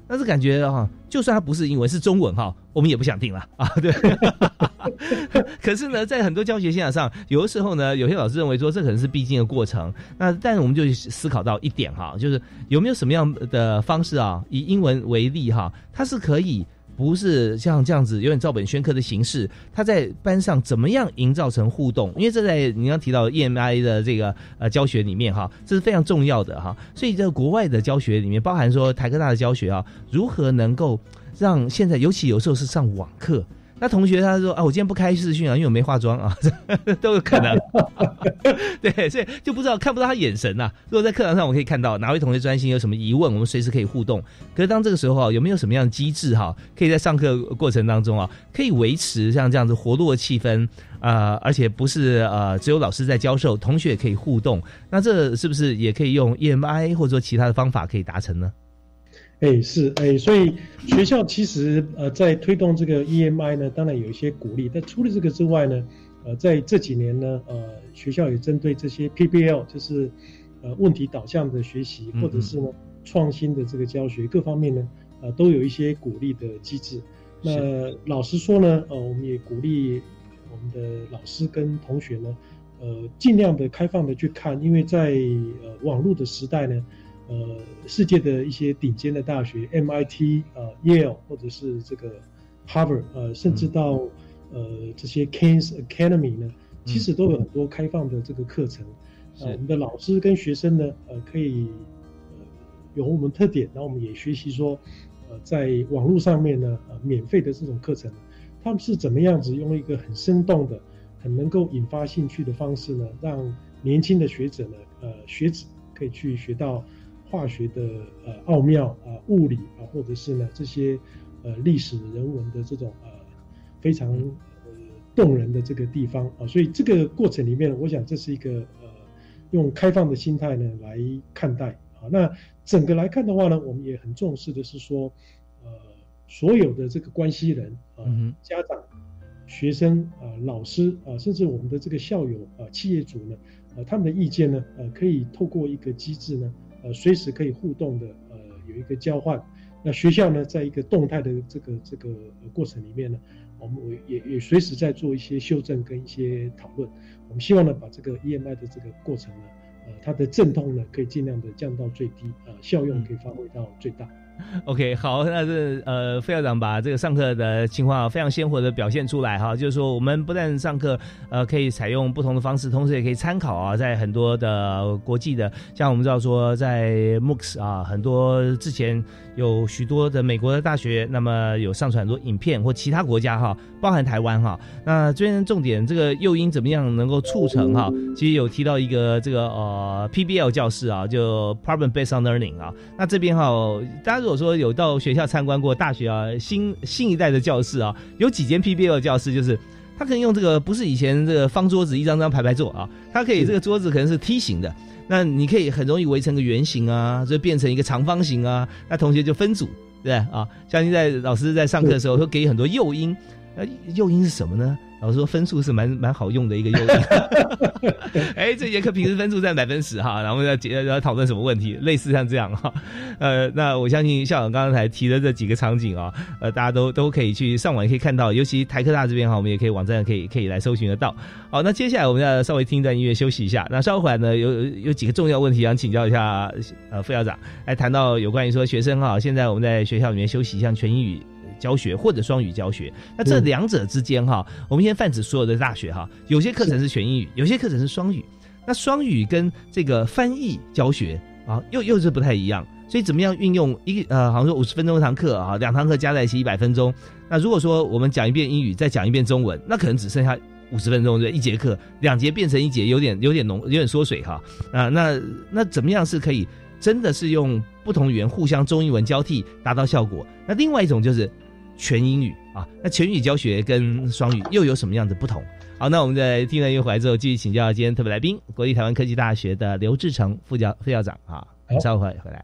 但是感觉哈，就算它不是英文是中文哈，我们也不想听了啊，对。可是呢，在很多教学现场上，有的时候呢，有些老师认为说这可能是必经的过程。那但是我们就思考到一点哈，就是有没有什么样的方式啊，以英文为例哈，它是可以不是像这样子有点照本宣科的形式，它在班上怎么样营造成互动？因为这在你刚提到 E M I 的这个呃教学里面哈，这是非常重要的哈。所以在国外的教学里面，包含说台科大的教学啊，如何能够让现在，尤其有时候是上网课。那同学他说啊，我今天不开视讯啊，因为我没化妆啊，都有可能。对，所以就不知道看不到他眼神啊。如果在课堂上我可以看到哪位同学专心有什么疑问，我们随时可以互动。可是当这个时候啊，有没有什么样的机制哈，可以在上课过程当中啊，可以维持像这样子活络的气氛啊、呃，而且不是呃只有老师在教授，同学也可以互动。那这是不是也可以用 E M I 或者说其他的方法可以达成呢？ 哎，是哎，所以学校其实呃在推动这个 E M I 呢，当然有一些鼓励。但除了这个之外呢，呃，在这几年呢，呃，学校也针对这些 P B L， 就是呃问题导向的学习，或者是呢创新的这个教学各方面呢，呃，都有一些鼓励的机制。那老实说呢，呃，我们也鼓励我们的老师跟同学呢，呃，尽量的开放的去看，因为在呃网络的时代呢。呃，世界的一些顶尖的大学 ，M I T、呃 Yale 或者是这个 Harvard， 呃，甚至到呃这些 King's Academy 呢，其实都有很多开放的这个课程。呃，我们的老师跟学生呢，呃，可以呃有我们特点，然后我们也学习说，呃，在网络上面呢，呃，免费的这种课程，他们是怎么样子用一个很生动的、很能够引发兴趣的方式呢，让年轻的学者呢，呃，学子可以去学到。化学的呃奥妙啊、呃，物理啊，或者是呢这些呃历史人文的这种呃非常呃动人的这个地方啊，所以这个过程里面，我想这是一个呃用开放的心态呢来看待啊。那整个来看的话呢，我们也很重视的是说，呃所有的这个关系人啊、呃、家长、学生啊、呃、老师啊、呃，甚至我们的这个校友啊、呃、企业主呢，呃他们的意见呢，呃可以透过一个机制呢。呃，随时可以互动的，呃，有一个交换。那学校呢，在一个动态的这个这个过程里面呢，我们也也随时在做一些修正跟一些讨论。我们希望呢，把这个 E M I 的这个过程呢，呃，它的阵痛呢，可以尽量的降到最低，呃，效用可以发挥到最大。 OK， 好，那这呃，副校长把这个上课的情况非常鲜活的表现出来哈，就是说我们不但上课呃可以采用不同的方式，同时也可以参考啊，在很多的国际的，像我们知道说在 M O O C 啊，很多之前有许多的美国的大学，那么有上传很多影片或其他国家哈，包含台湾哈。那这边重点这个诱因怎么样能够促成哈？其实有提到一个这个呃 P B L 教室啊，就 Problem Based on Learning 啊，那这边哈大家。如果说有到学校参观过大学啊，新新一代的教室啊，有几间 P B L 教室，就是它可以用这个不是以前这个方桌子一张张排排坐啊，它可以这个桌子可能是梯形的，那你可以很容易围成个圆形啊，就变成一个长方形啊，那同学就分组，对啊，相信在老师在上课的时候会给很多诱因，那诱因是什么呢？老师说分数是蛮蛮好用的一个诱因，哎，这节课平时分数占百分十哈，然后要要讨论什么问题，类似像这样哈，呃，那我相信校长刚才提的这几个场景啊，呃，大家都都可以去上网也可以看到，尤其台科大这边哈，我们也可以网站可以可以来搜寻得到。好，那接下来我们要稍微听一段音乐休息一下，那稍后回来呢，有有几个重要问题想请教一下呃副校长，来谈到有关于说学生哈，现在我们在学校里面修习像全英语教学或者双语教学，那这两者之间哈，我们先泛指所有的大学哈，有些课程是全英语，有些课程是双语。那双语跟这个翻译教学啊，又又是不太一样。所以怎么样运用一个呃，好像说五十分钟一堂课啊，两堂课加在一起一百分钟。那如果说我们讲一遍英语，再讲一遍中文，那可能只剩下五十分钟，对，一节课两节变成一节，有点有点浓，有点缩水哈啊。那那怎么样是可以真的是用不同语言互相中英文交替达到效果？那另外一种就是全英语啊，那全语教学跟双语又有什么样的不同？好，那我们在听完音乐回来之后，继续请教今天特别来宾，国立台湾科技大学的刘志成副教副校长啊，稍后回来。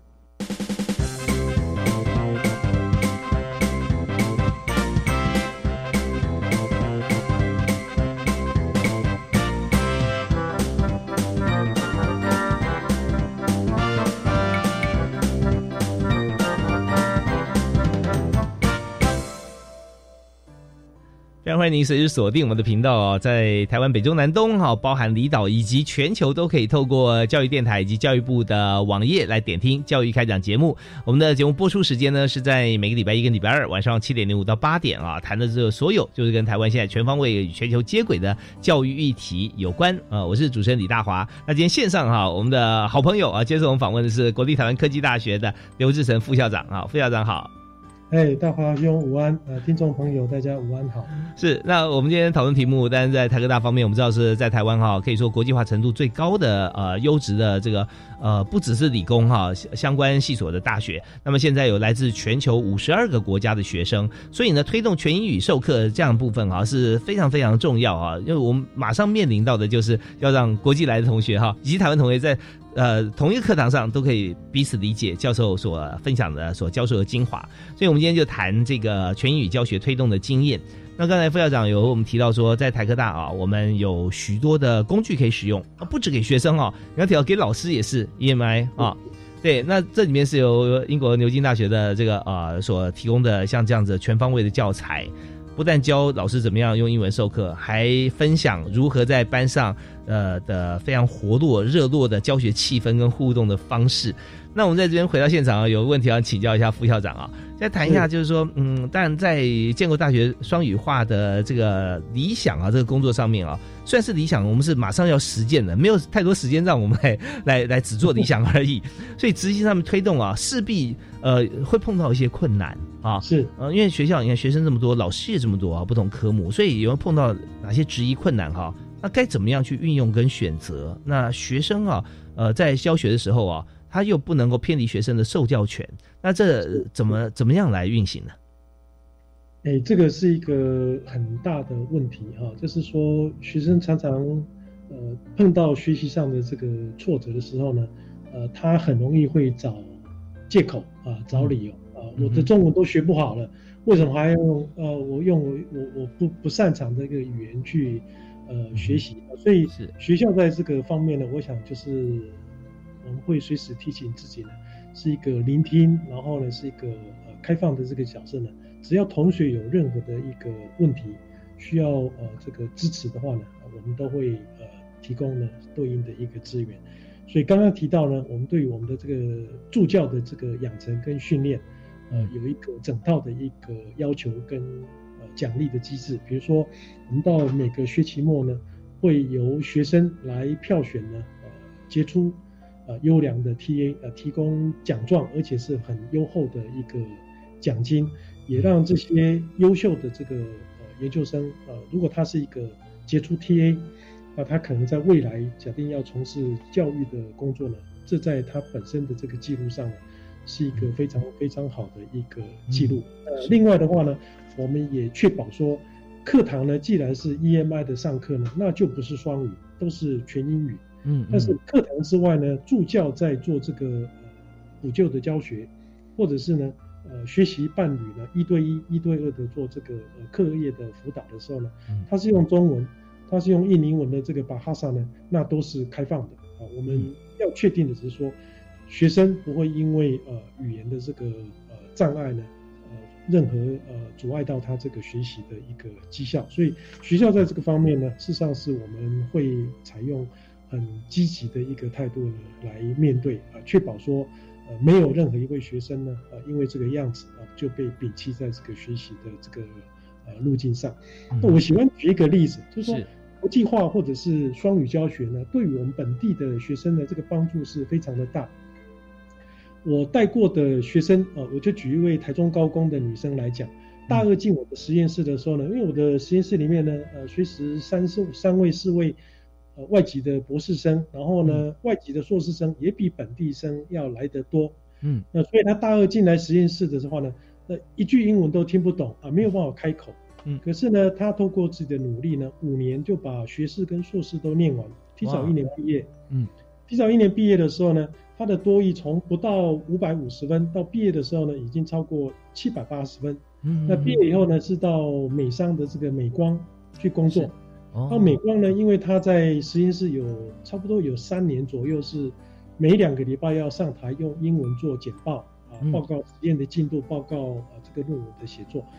非常欢迎您随时锁定我们的频道哦，在台湾北中南东哈，包含离岛以及全球都可以透过教育电台以及教育部的网页来点听教育开讲节目。我们的节目播出时间呢是在每个礼拜一跟礼拜二晚上七点零五到八点啊，谈的这所有就是跟台湾现在全方位与全球接轨的教育议题有关啊。我是主持人李大华。那今天线上哈，我们的好朋友啊，接受我们访问的是国立台湾科技大学的刘志成副校长啊，副校长好。 哎，大华兄午安，呃，听众朋友大家午安好。 是，那我们今天讨论题目，但是在台科大方面，我们知道是在台湾哈，可以说国际化程度最高的呃优质的这个呃不只是理工哈相关系所的大学，那么现在有来自全球五十二个国家的学生，所以呢，推动全英语授课这样的部分哈是非常非常重要啊，因为我们马上面临到的就是要让国际来的同学哈以及台湾同学在呃，同一个课堂上都可以彼此理解教授所分享的、所教授的精华，所以我们今天就谈这个全英语教学推动的经验。那刚才副校长有我们提到说，在台科大啊，我们有许多的工具可以使用，不止给学生哦，你要提到给老师也是 E M I 啊。对，那这里面是由英国牛津大学的这个呃所提供的像这样子全方位的教材。不但教老师怎么样用英文授课，还分享如何在班上呃的非常活络热络的教学气氛跟互动的方式。那我们在这边回到现场啊，有个问题要请教一下副校长啊，再谈一下就是说，嗯，当然在建国大学双语化的这个理想啊，这个工作上面啊，虽然是理想，我们是马上要实践的，没有太多时间让我们来来来只做理想而已，所以执行上面推动啊，势必呃会碰到一些困难啊， 是呃，因为学校你看学生这么多，老师也这么多啊，不同科目，所以有没有碰到哪些质疑困难哈？那该怎么样去运用跟选择？那学生啊，呃，在教学的时候啊，他又不能够偏离学生的受教权，那这怎么怎么样来运行呢？ 哎，这个是一个很大的问题哈，就是说学生常常呃碰到学习上的这个挫折的时候呢，呃，他很容易会找借口啊，找理由啊，我的中文都学不好了，为什么还要用呃我用我我我不不擅长的一个语言去呃学习？所以学校在这个方面呢，我想就是我们会随时提醒自己呢，是一个聆听，然后呢是一个呃开放的这个角色呢。只要同学有任何的一个问题需要呃这个支持的话呢，我们都会呃提供呢对应的一个资源。所以刚刚提到呢，我们对于我们的这个助教的这个养成跟训练，呃有一个整套的一个要求跟呃奖励的机制。比如说，我们到每个学期末呢，会由学生来票选呢呃杰出呃优良的 T A 呃提供奖状，而且是很优厚的一个奖金。也让这些优秀的这个呃研究生呃，如果他是一个杰出 T A， 那他可能在未来假定要从事教育的工作呢，这在他本身的这个记录上呢，是一个非常非常好的一个记录。嗯、呃，另外的话呢，我们也确保说，课堂呢既然是 E M I 的上课呢，那就不是双语，都是全英语。嗯，但是课堂之外呢，助教在做这个呃补救的教学，或者是呢。呃，学习伴侣呢，一对一、一对二的做这个呃课业的辅导的时候呢，他是用中文，他是用印尼文的这个巴哈萨呢，那都是开放的啊。我们要确定的是说，学生不会因为呃语言的这个呃障碍呢，呃任何呃阻碍到他这个学习的一个绩效。所以学校在这个方面呢，事实上是我们会采用很积极的一个态度呢来面对啊，确保说。呃，没有任何一位学生呢，呃，因为这个样子啊、呃，就被摒弃在这个学习的这个呃路径上。那、嗯、我喜欢举一个例子，就是说国际化或者是双语教学呢，对于我们本地的学生的这个帮助是非常的大。我带过的学生，呃，我就举一位台中高工的女生来讲，大二进我的实验室的时候呢，因为我的实验室里面呢，呃，随时三四三位四位。呃，外籍的博士生，然后呢，嗯、外籍的硕士生也比本地生要来得多。嗯，那所以他大二进来实验室的时候呢，那一句英文都听不懂啊，没有办法开口。嗯，可是呢，他透过自己的努力呢，五年就把学士跟硕士都念完，提早一年毕业。嗯，提早一年毕业的时候呢，他的多益从不到五百五十分，到毕业的时候呢，已经超过七百八十分。嗯，那毕业以后呢，是到美商的这个美光去工作。到美光呢，因为他在实验室有差不多有三年左右，是每两个礼拜要上台用英文做简报啊，报告实验的进度，报告啊这个论文的写作，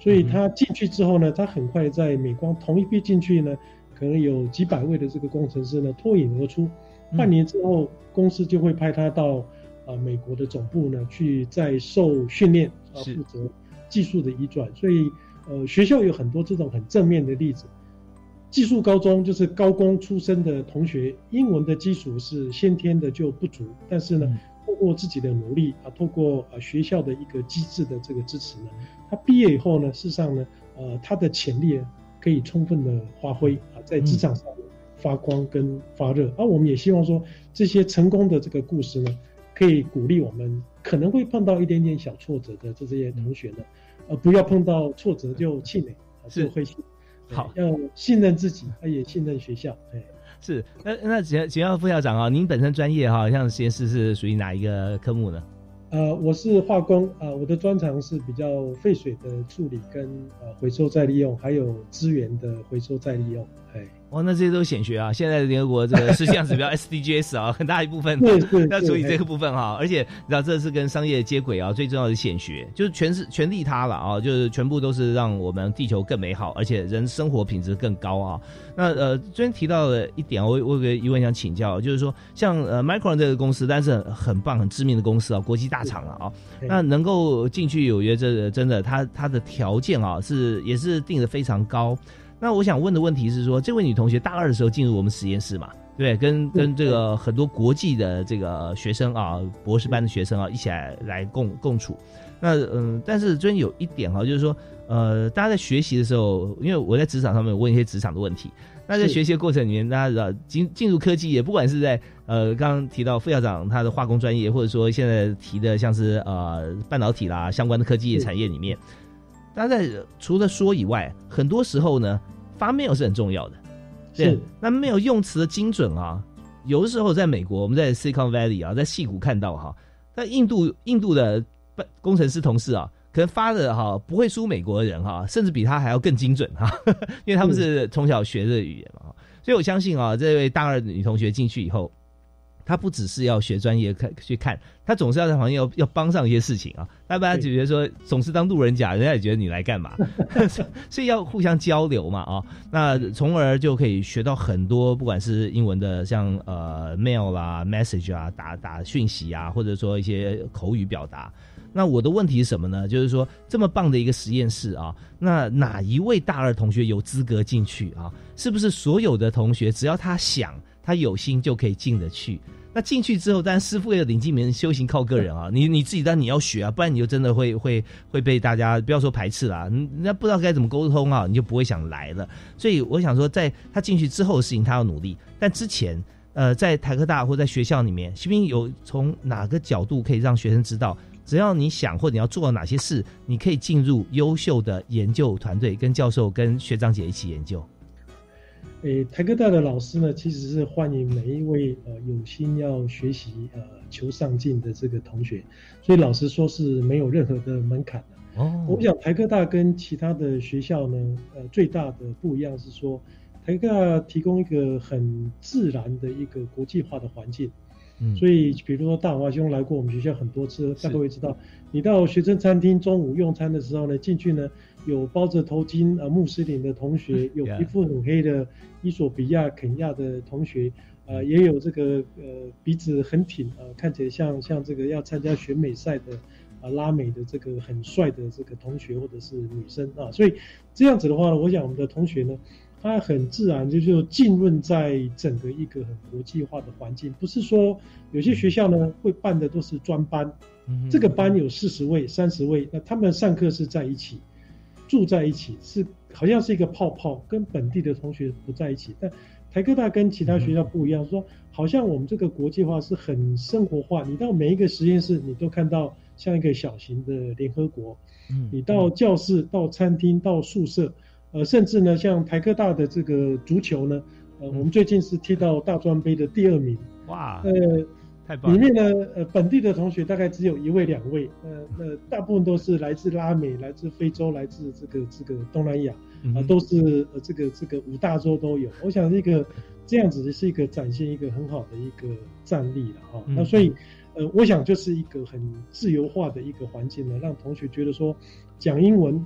所以他进去之后呢，他很快在美光同一批进去呢，可能有几百位的这个工程师呢脱颖而出。半年之后，公司就会派他到啊、呃、美国的总部呢去再受训练，啊负责技术的移转。所以呃学校有很多这种很正面的例子。技术高中就是高工出身的同学，英文的基础是先天的就不足，但是呢，透过自己的努力啊，透过啊学校的一个机制的这个支持呢，他毕业以后呢，事实上呢，呃，他的潜力可以充分的发挥啊，在职场上发光跟发热。而、啊、我们也希望说，这些成功的这个故事呢，可以鼓励我们可能会碰到一点点小挫折的这些同学呢，呃，不要碰到挫折就气馁啊，就灰心。好，要信任自己，也信任学校。哎， 是。那那请请教副校长啊，您本身专业哈，像实验室是属于哪一个科目呢？ 呃，我是化工啊、呃，我的专长是比较废水的处理跟呃回收再利用，还有资源的回收再利用。哎， 哇，那这些都是显学啊！现在的联合国这个十项指标 S D Gs 啊，很大一部分要处理这个部分哈，而且你知道这是跟商业接轨啊，最重要的显学就是全是全利他了啊，就是全部都是让我们地球更美好，而且人生活品质更高啊。那呃，昨天提到了一点，我我有个疑问想请教，就是说像呃 Micron 这个公司，但是很很棒、很知名的公司啊，国际大厂啊，那能够进去有约，这真的它它的条件啊是也是定得非常高。那我想问的问题是说，这位女同学大二的时候进入我们实验室嘛，对，跟跟这个很多国际的这个学生啊，博士班的学生啊，一起来来共共处。那嗯，但是这边有一点哈，就是说，呃，大家在学习的时候，因为我在职场上面有问一些职场的问题，那在学习的过程里面，大家知道进进入科技业，不管是在呃刚刚提到副校长他的化工专业，或者说现在提的像是呃半导体啦相关的科技业产业里面，大家在除了说以外，很多时候呢。发 mail 是很重要的，对，那 mail 用词的精准啊，有的时候在美国，我们在 Silicon Valley 啊，在矽谷看到哈，在印度印度的工程师同事啊，可能发的哈不会输美国的人哈，甚至比他还要更精准哈，因为他们是从小学这语言嘛，所以我相信啊，这位大二女同学进去以后。他不只是要学专业看去看，他总是要在旁边要要帮上一些事情啊，要不然就觉得说总是当路人甲，人家也觉得你来干嘛，所以要互相交流嘛啊，那从而就可以学到很多，不管是英文的像呃 mail 啦、message 啊、打打讯息啊，或者说一些口语表达。那我的问题是什么呢？就是说这么棒的一个实验室啊，那哪一位大二同学有资格进去啊？是不是所有的同学只要他想？他有心就可以进得去，那进去之后，当然师傅要领进门，修行靠个人啊。你你自己当然你要学啊，不然你就真的会会会被大家不要说排斥啦，人家不知道该怎么沟通啊，你就不会想来了。所以我想说，在他进去之后的事情，他要努力。但之前，呃，在台科大或在学校里面，是不是有从哪个角度可以让学生知道，只要你想或者你要做到哪些事，你可以进入优秀的研究团队，跟教授跟学长姐一起研究。 诶，台科大的老师呢，其实是欢迎每一位呃有心要学习呃求上进的这个同学，所以老实说是没有任何的门槛的。哦，我想台科大跟其他的学校呢，呃最大的不一样是说，台科大提供一个很自然的一个国际化的环境。嗯，所以比如说大华兄来过我们学校很多次，大家会知道，你到学生餐厅中午用餐的时候呢，进去呢有包着头巾啊穆斯林的同学，有皮肤很黑的伊索比亚、肯亚的同学，呃，也有这个呃鼻子很挺啊、呃，看起来像像这个要参加选美赛的啊、呃、拉美的这个很帅的这个同学或者是女生啊，所以这样子的话呢，我想我们的同学呢。他很自然就就浸润在整个一个很国际化的环境，不是说有些学校呢会办的都是专班，嗯、这个班有四十位、三十位，那他们上课是在一起，住在一起，是好像是一个泡泡，跟本地的同学不在一起。但台科大跟其他学校不一样，说好像我们这个国际化是很生活化，你到每一个实验室，你都看到像一个小型的联合国，嗯、你到教室、到餐厅、到宿舍。呃，甚至呢，像台科大的这个足球呢，呃，我们最近是踢到大专杯的第二名。哇，呃，太棒了！里面呢，呃，本地的同学大概只有一位、两位，呃，呃，大部分都是来自拉美、来自非洲、来自这个这个东南亚，啊、呃，都是呃这个这个五大洲都有。我想这个这样子是一个展现一个很好的一个战力了哈。嗯、那所以，呃，我想就是一个很自由化的一个环境呢，让同学觉得说讲英文。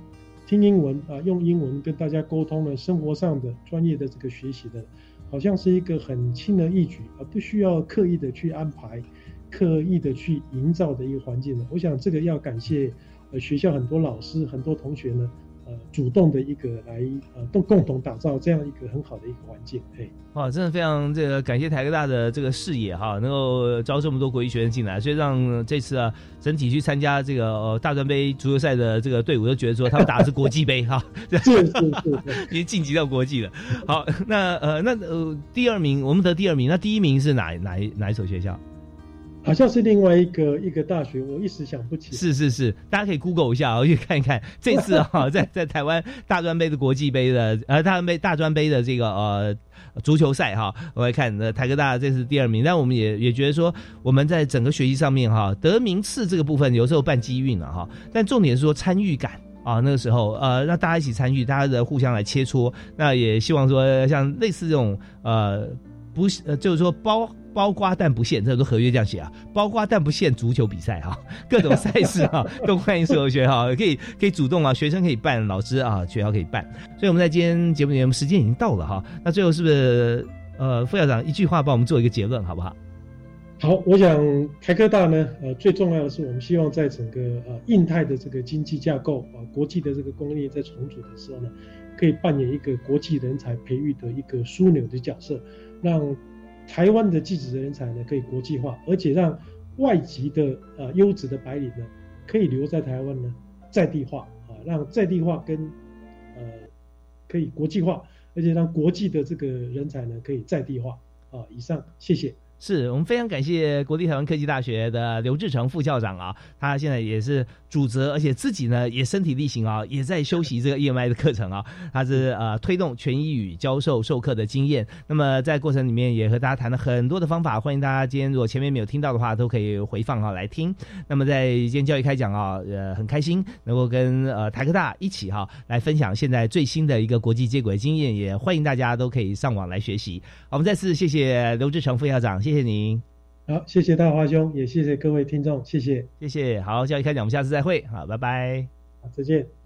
听英文啊，用英文跟大家沟通的生活上的专业的这个学习的，好像是一个很轻而易举，而不需要刻意的去安排、刻意的去营造的一个环境呢。我想这个要感谢呃学校很多老师、很多同学呢。呃，主动的一个来呃，共共同打造这样一个很好的一个环境，嘿， 哇，真的非常这个感谢台科大的这个视野哈，能够招这么多国际学生进来，所以让这次啊整体去参加这个呃大专杯足球赛的这个队伍都觉得说他们打的是国际杯哈， 是是是， 已经晋级到国际了。好，那呃那呃第二名我们得第二名，那第一名是哪哪一哪一所学校？ 好像是另外一个一个大学，我一时想不起。 是是是，大家可以 Google 一下啊，去看一看。这次啊，在在台湾大专杯的国际杯的呃大专杯大专杯的这个呃足球赛哈，我来看呃台科大这是第二名，但我们也也觉得说我们在整个学习上面哈得名次这个部分有时候办机运了哈，但重点是说参与感。啊，那个时候，呃，让大家一起参与，大家的互相来切磋，那也希望说，像类似这种，呃，不，呃，就是说包包瓜但不限，这都合约这样写啊，包瓜但不限足球比赛哈、啊，各种赛事哈、啊，都欢迎所有学校、啊、可以可以主动啊，学生可以办，老师啊，学校可以办，所以我们在今天节目里面时间已经到了哈，那最后是不是呃副校长一句话帮我们做一个结论好不好？ 好，我想台科大呢，呃，最重要的是我们希望在整个呃印太的这个经济架构啊、呃，国际的这个供应链在重组的时候呢，可以扮演一个国际人才培育的一个枢纽的角色，让台湾的技职人才呢可以国际化，而且让外籍的呃优质的白领呢可以留在台湾呢在地化啊、呃，让在地化跟呃可以国际化，而且让国际的这个人才呢可以在地化啊、呃。以上，谢谢。 是我们非常感谢国立台湾科技大学的刘志成副校长啊，他现在也是主责，而且自己呢也身体力行啊，也在修习这个 E M I 的课程啊，他是呃推动全英语教授授课的经验。那么在过程里面也和大家谈了很多的方法，欢迎大家今天如果前面没有听到的话，都可以回放啊来听。那么在今天教育开讲啊，呃很开心能够跟呃台科大一起哈、啊、来分享现在最新的一个国际接轨经验，也欢迎大家都可以上网来学习。好，我们再次谢谢刘志成副校长。谢谢您。 好，谢谢大华兄，也谢谢各位听众，谢谢， 谢谢。好，教育开讲，我们下次再会。好，拜拜。 好，再见。